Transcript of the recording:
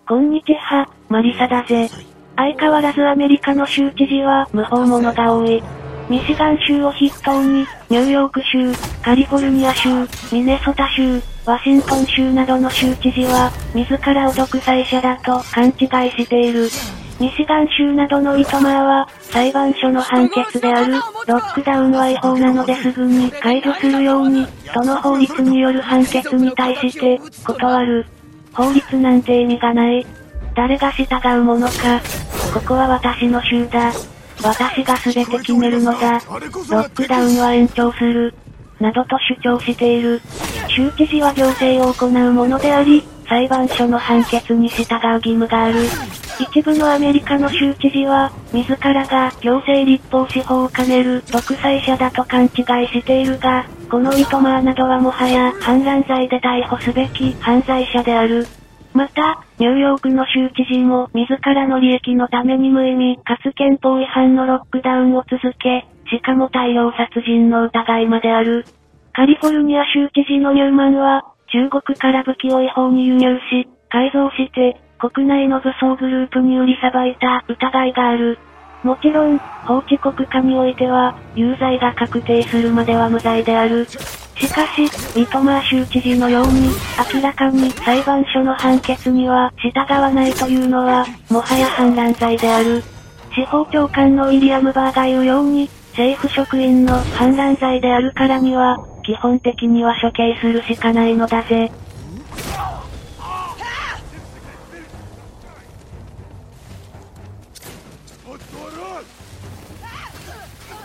こんにちは、マリサだぜ。相変わらずアメリカの州知事は無法者が多い。ミシガン州を筆頭に、ニューヨーク州、カリフォルニア州、ミネソタ州、ワシントン州などの州知事は、自らを独裁者だと勘違いしている。ミシガン州などのイトマーは、裁判所の判決である、ロックダウンは違法なのですぐに解除するように、都の法律による判決に対して、断る。法律なんて意味がない。誰が従うものか。ここは私の州だ。私が全て決めるのだ。ロックダウンは延長する。などと主張している。州知事は行政を行うものであり、裁判所の判決に従う義務がある。一部のアメリカの州知事は、自らが行政立法司法を兼ねる独裁者だと勘違いしているが、このイトマーなどはもはや反乱罪で逮捕すべき犯罪者である。また、ニューヨークの州知事も自らの利益のために無意味かつ憲法違反のロックダウンを続け、しかも大量殺人の疑いまである。カリフォルニア州知事のニューマンは、中国から武器を違法に輸入し、改造して、国内の武装グループに売りさばいた疑いがある。もちろん、法治国家においては、有罪が確定するまでは無罪である。しかし、イトマー州知事のように、明らかに裁判所の判決には従わないというのは、もはや反乱罪である。司法長官のウィリアム・バーが言うように、政府職員の反乱罪であるからには、基本的には処刑するしかないのだぜ。